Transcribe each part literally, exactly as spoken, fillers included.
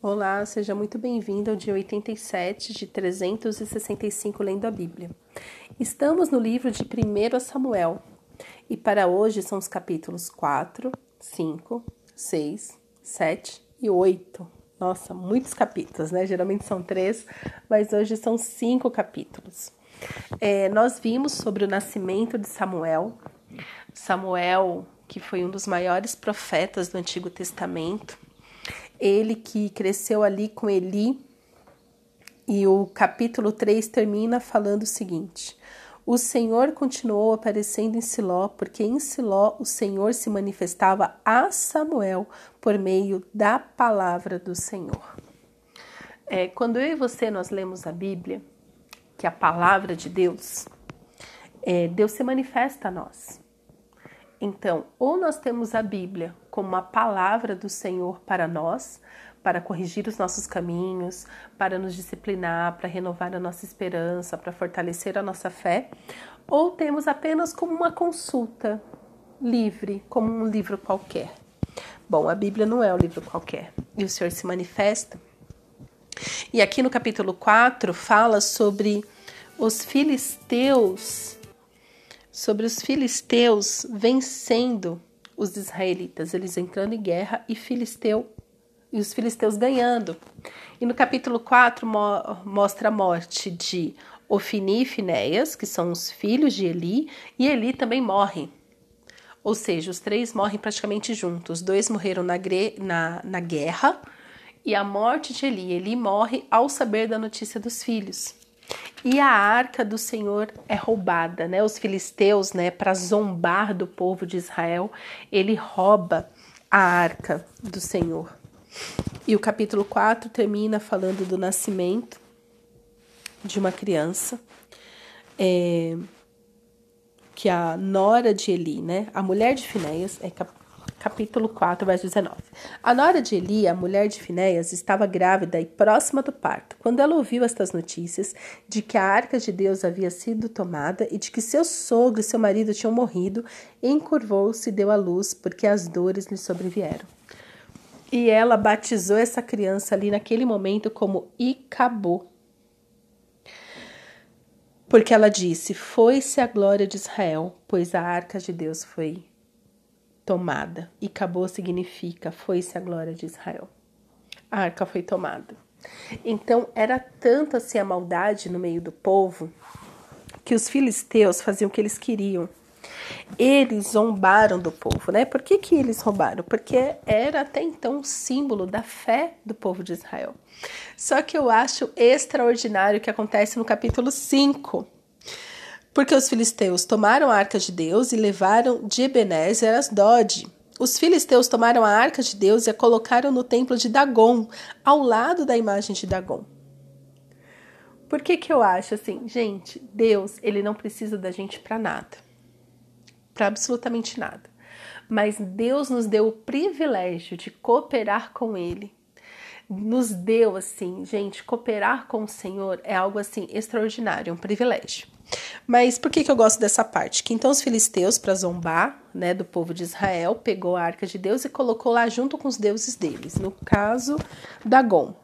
Olá, seja muito bem-vindo ao dia oitenta e sete de trezentos e sessenta e cinco Lendo a Bíblia. Estamos no livro de primeiro Samuel e para hoje são os capítulos quatro, cinco, seis, sete e oito. Nossa, muitos capítulos, né? Geralmente são três, mas hoje são cinco capítulos. É, nós vimos sobre o nascimento de Samuel. Samuel, que foi um dos maiores profetas do Antigo Testamento. Ele que cresceu ali com Eli, e o capítulo três termina falando o seguinte: o Senhor continuou aparecendo em Siló, porque em Siló o Senhor se manifestava a Samuel por meio da palavra do Senhor. É, quando eu e você nós lemos a Bíblia, que é a palavra de Deus, é, Deus se manifesta a nós. Então, ou nós temos a Bíblia como uma palavra do Senhor para nós, para corrigir os nossos caminhos, para nos disciplinar, para renovar a nossa esperança, para fortalecer a nossa fé, ou temos apenas como uma consulta livre, como um livro qualquer. Bom, a Bíblia não é um livro qualquer, e o Senhor se manifesta. E aqui no capítulo quatro fala sobre os filisteus, sobre os filisteus vencendo os israelitas, eles entrando em guerra e, filisteu, e os filisteus ganhando. E no capítulo quatro mo mostra a morte de Ofni e Finéias, que são os filhos de Eli, e Eli também morre. Ou seja, os três morrem praticamente juntos. Os dois morreram na, na, na guerra, e a morte de Eli. Eli morre ao saber da notícia dos filhos. E a arca do Senhor é roubada, né? Os filisteus, né, para zombar do povo de Israel, ele rouba a arca do Senhor. E o capítulo quatro termina falando do nascimento de uma criança, é, que a nora de Eli, né, a mulher de Finéias, é cap capítulo quatro, verso dezenove. A nora de Eli, a mulher de Finéias, estava grávida e próxima do parto. Quando ela ouviu estas notícias de que a arca de Deus havia sido tomada e de que seu sogro e seu marido tinham morrido, encurvou-se e deu à luz, porque as dores lhe sobrevieram. E ela batizou essa criança ali naquele momento como Icabô. Porque ela disse: foi-se a glória de Israel, pois a arca de Deus foi tomada. E acabou significa foi-se a glória de Israel. A arca foi tomada. Então era tanto assim a maldade no meio do povo que os filisteus faziam o que eles queriam. Eles zombaram do povo, né? Por que que eles roubaram? Porque era até então um símbolo da fé do povo de Israel. Só que eu acho extraordinário o que acontece no capítulo cinco. Porque os filisteus tomaram a arca de Deus e levaram de Ebenezer a Asdod. Os filisteus tomaram a arca de Deus e a colocaram no templo de Dagon, ao lado da imagem de Dagon. Por que que eu acho assim? Gente, Deus, ele não precisa da gente para nada. Para absolutamente nada. Mas Deus nos deu o privilégio de cooperar com ele. Nos deu, assim, gente, cooperar com o Senhor é algo, assim, extraordinário, é um privilégio. Mas por que que eu gosto dessa parte? Que então os filisteus, para zombar, né, do povo de Israel, pegou a arca de Deus e colocou lá junto com os deuses deles, no caso, Dagon.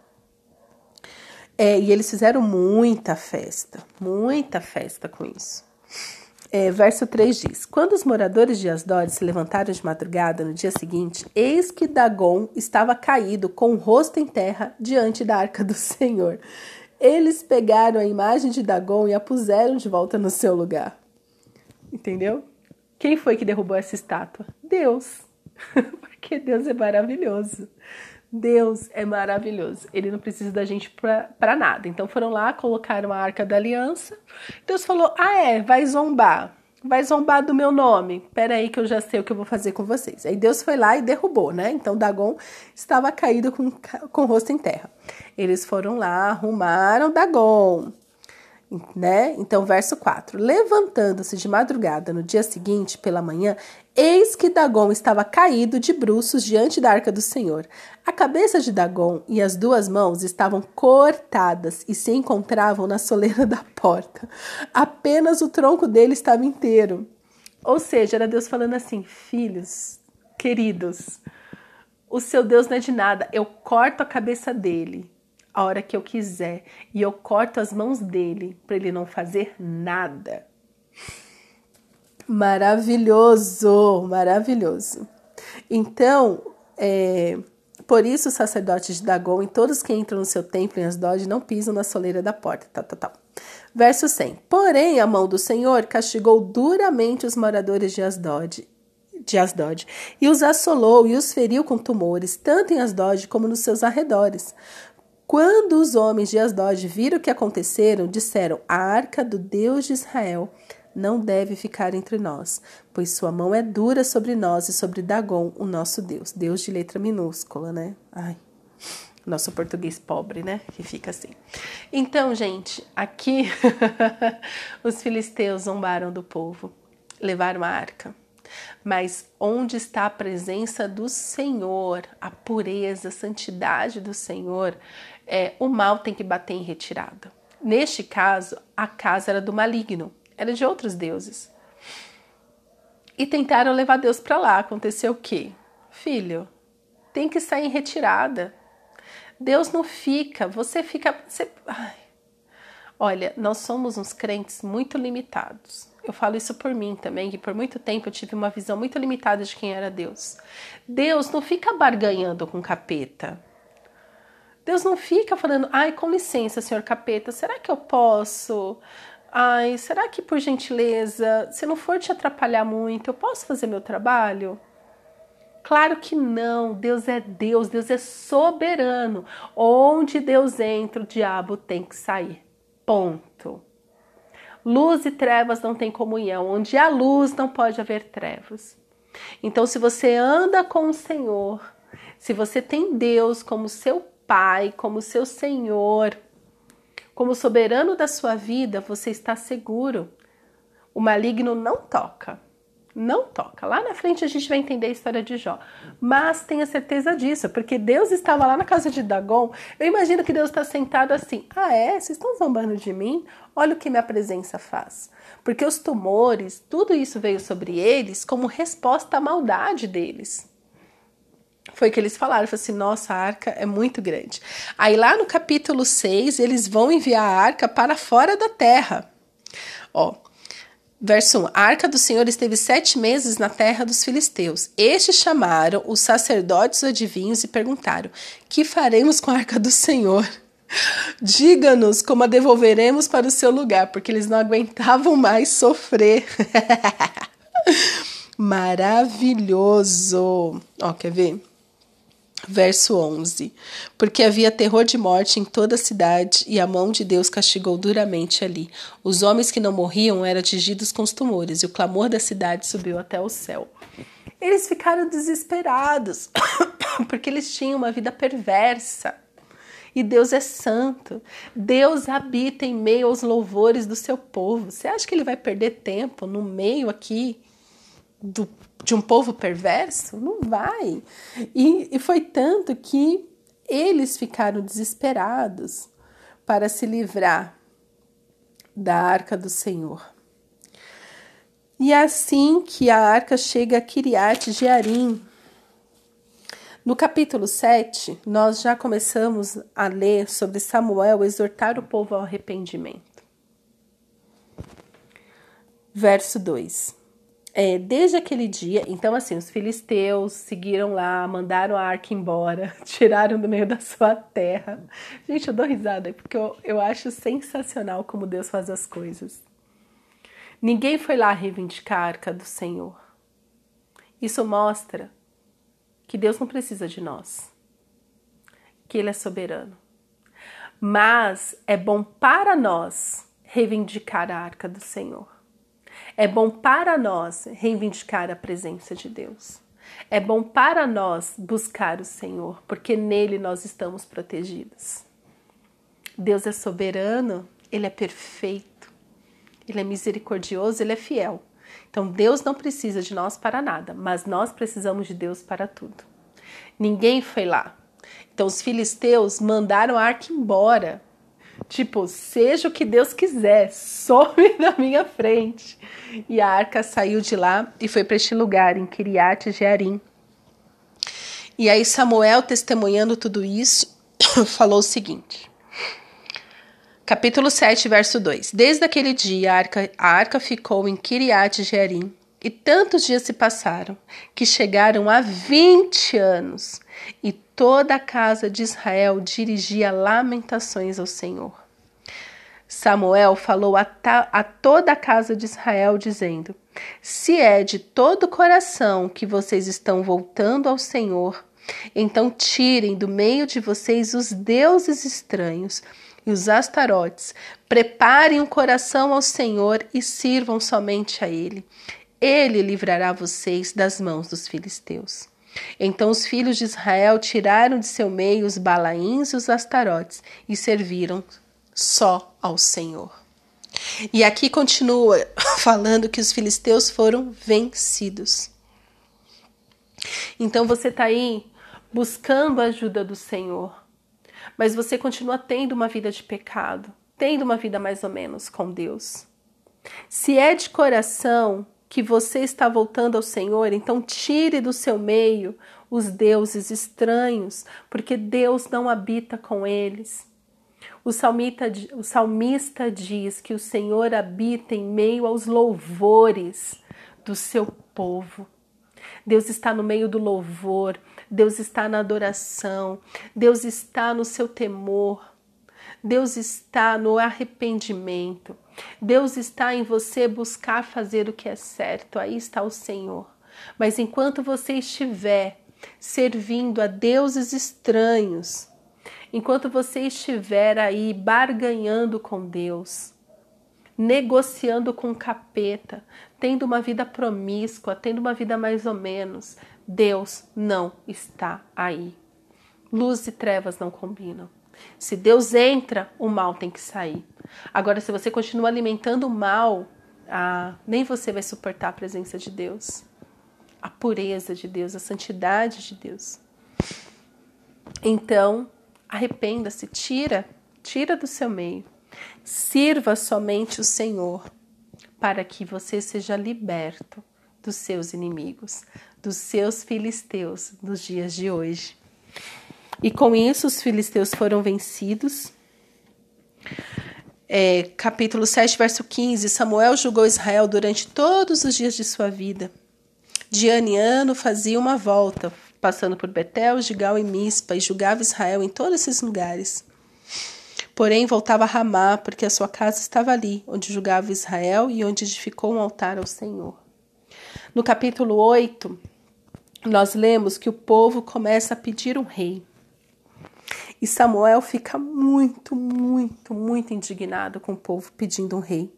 É, e eles fizeram muita festa, muita festa com isso. É, verso três diz: quando os moradores de Asdod se levantaram de madrugada no dia seguinte, eis que Dagon estava caído com o rosto em terra diante da arca do Senhor. Eles pegaram a imagem de Dagon e a puseram de volta no seu lugar. Entendeu? Quem foi que derrubou essa estátua? Deus. Porque Deus é maravilhoso. Deus é maravilhoso. Ele não precisa da gente para nada. Então foram lá, colocaram a arca da aliança. Deus falou: ah é, vai zombar. Vai zombar do meu nome. Pera aí que eu já sei o que eu vou fazer com vocês. Aí Deus foi lá e derrubou, né? Então Dagon estava caído com, com o rosto em terra. Eles foram lá, arrumaram Dagon, né? Então, verso quatro. Levantando-se de madrugada no dia seguinte, pela manhã, eis que Dagon estava caído de bruços diante da arca do Senhor. A cabeça de Dagon e as duas mãos estavam cortadas e se encontravam na soleira da porta. Apenas o tronco dele estava inteiro. Ou seja, era Deus falando assim: filhos, queridos, o seu Deus não é de nada. Eu corto a cabeça dele a hora que eu quiser. E eu corto as mãos dele para ele não fazer nada. Maravilhoso, maravilhoso. Então, é, por isso os sacerdotes de Dagon e todos que entram no seu templo em Asdod não pisam na soleira da porta. Tá, tá, tá. Verso cem. Porém, a mão do Senhor castigou duramente os moradores de Asdod, de Asdod e os assolou e os feriu com tumores, tanto em Asdod como nos seus arredores. Quando os homens de Asdod viram o que aconteceram, disseram: a arca do Deus de Israel não deve ficar entre nós, pois sua mão é dura sobre nós e sobre Dagon, o nosso Deus. Deus de letra minúscula, né? Ai, nosso português pobre, né? Que fica assim. Então, gente, aqui os filisteus zombaram do povo, levaram a arca. Mas onde está a presença do Senhor, a pureza, a santidade do Senhor, é, o mal tem que bater em retirada. Neste caso, a casa era do maligno, era de outros deuses. E tentaram levar Deus para lá. Aconteceu o quê? Filho, tem que sair em retirada. Deus não fica, você fica... Você... Ai. Olha, nós somos uns crentes muito limitados. Eu falo isso por mim também, que por muito tempo eu tive uma visão muito limitada de quem era Deus. Deus não fica barganhando com capeta. Deus não fica falando: ai, com licença, senhor capeta, será que eu posso? Ai, será que por gentileza, se não for te atrapalhar muito, eu posso fazer meu trabalho? Claro que não. Deus é Deus, Deus é soberano. Onde Deus entra, o diabo tem que sair. Ponto. Luz e trevas não têm comunhão. Onde há luz não pode haver trevas. Então, se você anda com o Senhor, se você tem Deus como seu Pai, como seu Senhor, como soberano da sua vida, você está seguro. O maligno não toca. Não toca. Lá na frente a gente vai entender a história de Jó. Mas tenha certeza disso, porque Deus estava lá na casa de Dagon. Eu imagino que Deus está sentado assim: ah é? Vocês estão zombando de mim? Olha o que minha presença faz. Porque os tumores, tudo isso veio sobre eles como resposta à maldade deles. Foi o que eles falaram, falaram assim: nossa, a arca é muito grande. Aí lá no capítulo seis, eles vão enviar a arca para fora da terra. Ó, verso um. A arca do Senhor esteve sete meses na terra dos filisteus. Estes chamaram os sacerdotes adivinhos e perguntaram: que faremos com a arca do Senhor? Diga-nos como a devolveremos para o seu lugar, porque eles não aguentavam mais sofrer. Maravilhoso. Ó, quer ver? Verso onze. Porque havia terror de morte em toda a cidade, e a mão de Deus castigou duramente ali. Os homens que não morriam eram atingidos com os tumores, e o clamor da cidade subiu até o céu. Eles ficaram desesperados, porque eles tinham uma vida perversa. E Deus é santo. Deus habita em meio aos louvores do seu povo. Você acha que ele vai perder tempo no meio aqui do de um povo perverso? Não vai. E, e foi tanto que eles ficaram desesperados para se livrar da arca do Senhor. E é assim que a arca chega a Kiriat Jearim. No capítulo sete, nós já começamos a ler sobre Samuel exortar o povo ao arrependimento. Verso dois. É, desde aquele dia, então assim, os filisteus seguiram lá, mandaram a arca embora, tiraram do meio da sua terra. Gente, eu dou risada, porque eu, eu acho sensacional como Deus faz as coisas. Ninguém foi lá reivindicar a arca do Senhor. Isso mostra que Deus não precisa de nós, que Ele é soberano. Mas é bom para nós reivindicar a arca do Senhor. É bom para nós reivindicar a presença de Deus. É bom para nós buscar o Senhor, porque nele nós estamos protegidos. Deus é soberano, Ele é perfeito, Ele é misericordioso, Ele é fiel. Então Deus não precisa de nós para nada, mas nós precisamos de Deus para tudo. Ninguém foi lá. Então os filisteus mandaram a arca embora. Tipo, seja o que Deus quiser, some da minha frente. E a arca saiu de lá e foi para este lugar, em Kiriat Jearim. E aí Samuel, testemunhando tudo isso, falou o seguinte. Capítulo sete, verso dois. Desde aquele dia a arca, a arca ficou em Kiriat Jearim, e tantos dias se passaram, que chegaram a vinte anos, e toda a casa de Israel dirigia lamentações ao Senhor. Samuel falou a, ta, a toda a casa de Israel, dizendo: se é de todo o coração que vocês estão voltando ao Senhor, então tirem do meio de vocês os deuses estranhos e os astarotes, preparem o coração ao Senhor e sirvam somente a Ele. Ele livrará vocês das mãos dos filisteus. Então os filhos de Israel tiraram de seu meio os Balaíns e os astarotes e serviram só ao Senhor. E aqui continua falando que os filisteus foram vencidos. Então você está aí buscando a ajuda do Senhor, mas você continua tendo uma vida de pecado, tendo uma vida mais ou menos com Deus. Se é de coração que você está voltando ao Senhor, então tire do seu meio os deuses estranhos, porque Deus não habita com eles. O salmista, o salmista diz que o Senhor habita em meio aos louvores do seu povo. Deus está no meio do louvor, Deus está na adoração, Deus está no seu temor, Deus está no arrependimento, Deus está em você buscar fazer o que é certo, aí está o Senhor. Mas enquanto você estiver servindo a deuses estranhos, enquanto você estiver aí barganhando com Deus, negociando com o capeta, tendo uma vida promíscua, tendo uma vida mais ou menos, Deus não está aí. Luz e trevas não combinam. Se Deus entra, o mal tem que sair. Agora, se você continua alimentando o mal, ah, nem você vai suportar a presença de Deus, a pureza de Deus, a santidade de Deus. Então, arrependa-se, tira, tira do seu meio. Sirva somente o Senhor, para que você seja liberto dos seus inimigos, dos seus filisteus dos dias de hoje. E com isso os filisteus foram vencidos. É, capítulo sete, verso quinze. Samuel julgou Israel durante todos os dias de sua vida. De ano em ano fazia uma volta, passando por Betel, Gigal e Mispa, e julgava Israel em todos esses lugares. Porém, voltava a Ramá, porque a sua casa estava ali, onde julgava Israel e onde edificou um altar ao Senhor. No capítulo oito, nós lemos que o povo começa a pedir um rei. E Samuel fica muito, muito, muito indignado com o povo pedindo um rei.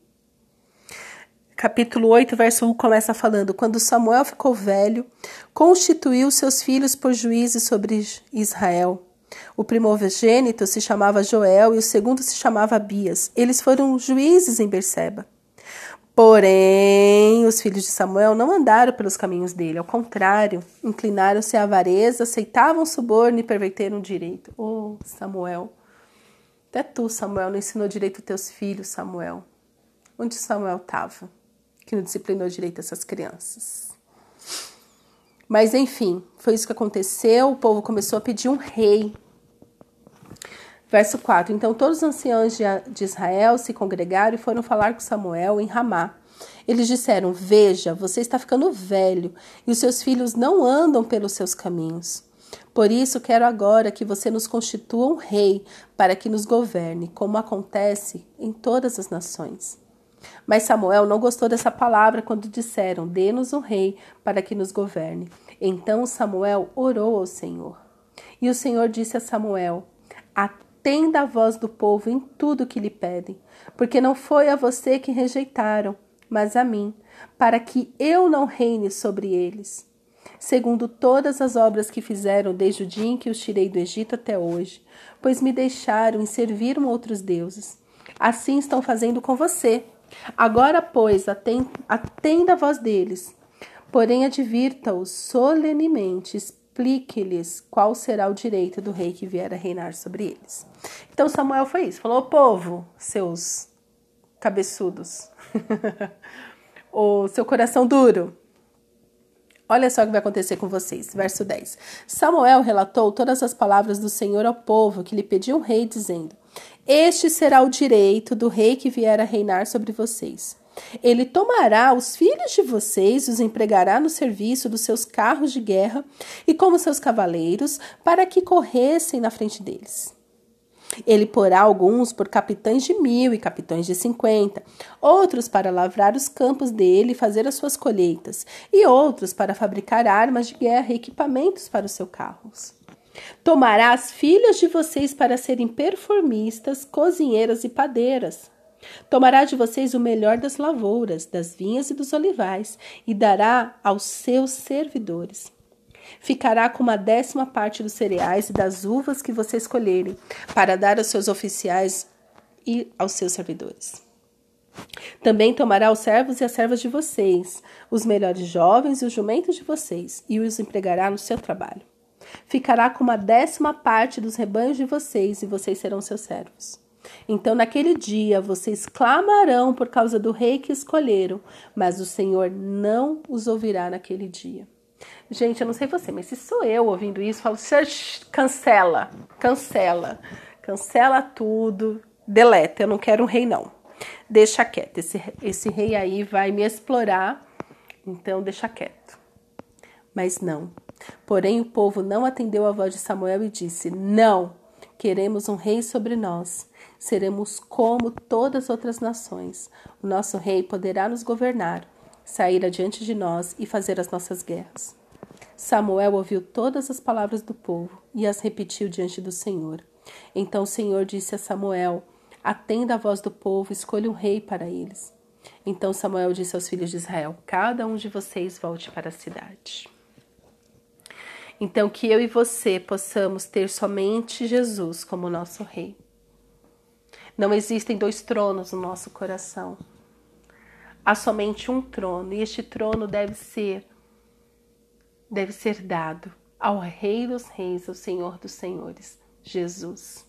Capítulo oito, verso um começa falando: quando Samuel ficou velho, constituiu seus filhos por juízes sobre Israel. O primogênito se chamava Joel e o segundo se chamava Abias. Eles foram juízes em Berseba. Porém, os filhos de Samuel não andaram pelos caminhos dele. Ao contrário, inclinaram-se à avareza, aceitavam suborno e perverteram o direito. Oh, Samuel! Até tu, Samuel, não ensinou direito aos teus filhos, Samuel. Onde Samuel estava? Que não disciplinou direito essas crianças. Mas, enfim, foi isso que aconteceu. O povo começou a pedir um rei. Verso quatro. Então todos os anciãos de Israel se congregaram e foram falar com Samuel em Ramá. Eles disseram: veja, você está ficando velho e os seus filhos não andam pelos seus caminhos. Por isso quero agora que você nos constitua um rei para que nos governe, como acontece em todas as nações. Mas Samuel não gostou dessa palavra quando disseram: dê-nos um rei para que nos governe. Então Samuel orou ao Senhor. E o Senhor disse a Samuel: atenda a voz do povo em tudo que lhe pedem, porque não foi a você que rejeitaram, mas a mim, para que eu não reine sobre eles, segundo todas as obras que fizeram desde o dia em que os tirei do Egito até hoje, pois me deixaram e serviram outros deuses. Assim estão fazendo com você. Agora, pois, atenda a voz deles, porém advirta-os solenemente, explique-lhes qual será o direito do rei que vier a reinar sobre eles. Então Samuel foi isso, falou: povo, seus cabeçudos, o seu coração duro, Olha só o que vai acontecer com vocês. Verso dez. Samuel relatou todas as palavras do Senhor ao povo que lhe pediu um rei, dizendo: Este será o direito do rei que vier a reinar sobre vocês. Ele tomará os filhos de vocês, os empregará no serviço dos seus carros de guerra e como seus cavaleiros, para que corressem na frente deles. Ele porá alguns por capitães de mil e capitães de cinquenta, outros para lavrar os campos dele e fazer as suas colheitas, e outros para fabricar armas de guerra e equipamentos para os seus carros. Tomará as filhas de vocês para serem performistas, cozinheiras e padeiras. Tomará de vocês o melhor das lavouras, das vinhas e dos olivais, e dará aos seus servidores. Ficará com uma décima parte dos cereais e das uvas que vocês escolherem, para dar aos seus oficiais e aos seus servidores. Também tomará os servos e as servas de vocês, os melhores jovens e os jumentos de vocês, e os empregará no seu trabalho. Ficará com uma décima parte dos rebanhos de vocês, e vocês serão seus servos. Então, naquele dia, vocês clamarão por causa do rei que escolheram, mas o Senhor não os ouvirá naquele dia. Gente, eu não sei você, mas se sou eu ouvindo isso, eu falo, cancela, cancela, cancela tudo, deleta, eu não quero um rei não. Deixa quieto, esse, esse rei aí vai me explorar, então deixa quieto. Mas não. Porém, o povo não atendeu a voz de Samuel e disse, não, queremos um rei sobre nós. Seremos como todas as outras nações. O nosso rei poderá nos governar, sair adiante de nós e fazer as nossas guerras. Samuel ouviu todas as palavras do povo e as repetiu diante do Senhor. Então o Senhor disse a Samuel, atenda a voz do povo, escolha um rei para eles. Então Samuel disse aos filhos de Israel, cada um de vocês volte para a cidade. Então que eu e você possamos ter somente Jesus como nosso rei. Não existem dois tronos no nosso coração. Há somente um trono, e este trono deve ser, deve ser dado ao Rei dos Reis, ao Senhor dos Senhores, Jesus.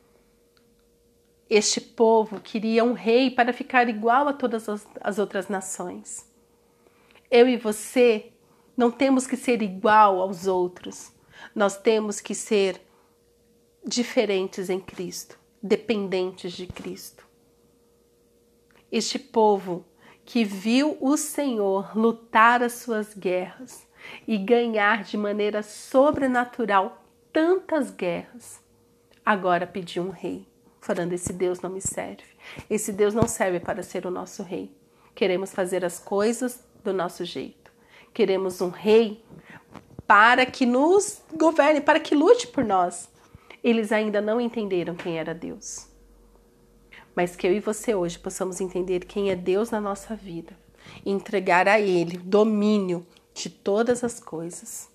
Este povo queria um rei para ficar igual a todas as, as outras nações. Eu e você não temos que ser igual aos outros. Nós temos que ser diferentes em Cristo, dependentes de Cristo. Este povo que viu o Senhor lutar as suas guerras e ganhar de maneira sobrenatural tantas guerras, agora pediu um rei, falando, esse Deus não me serve. Esse Deus não serve para ser o nosso rei. Queremos fazer as coisas do nosso jeito. Queremos um rei para que nos governe, para que lute por nós. Eles ainda não entenderam quem era Deus. Mas que eu e você hoje possamos entender quem é Deus na nossa vida e entregar a Ele o domínio de todas as coisas.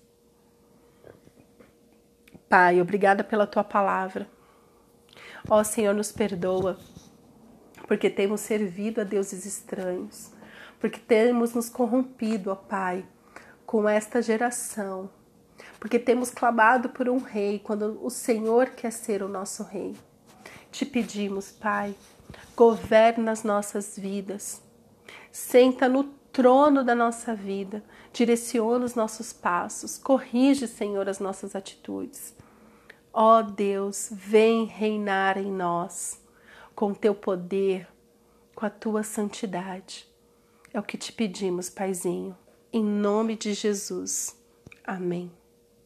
Pai, obrigada pela Tua palavra. Ó Senhor, nos perdoa, porque temos servido a deuses estranhos, porque temos nos corrompido, ó Pai, com esta geração, porque temos clamado por um rei, quando o Senhor quer ser o nosso rei. Te pedimos, Pai, governa as nossas vidas, senta no trono da nossa vida, direciona os nossos passos, corrige, Senhor, as nossas atitudes. Ó Deus, vem reinar em nós, com teu poder, com a tua santidade. É o que te pedimos, Paizinho, em nome de Jesus. Amém.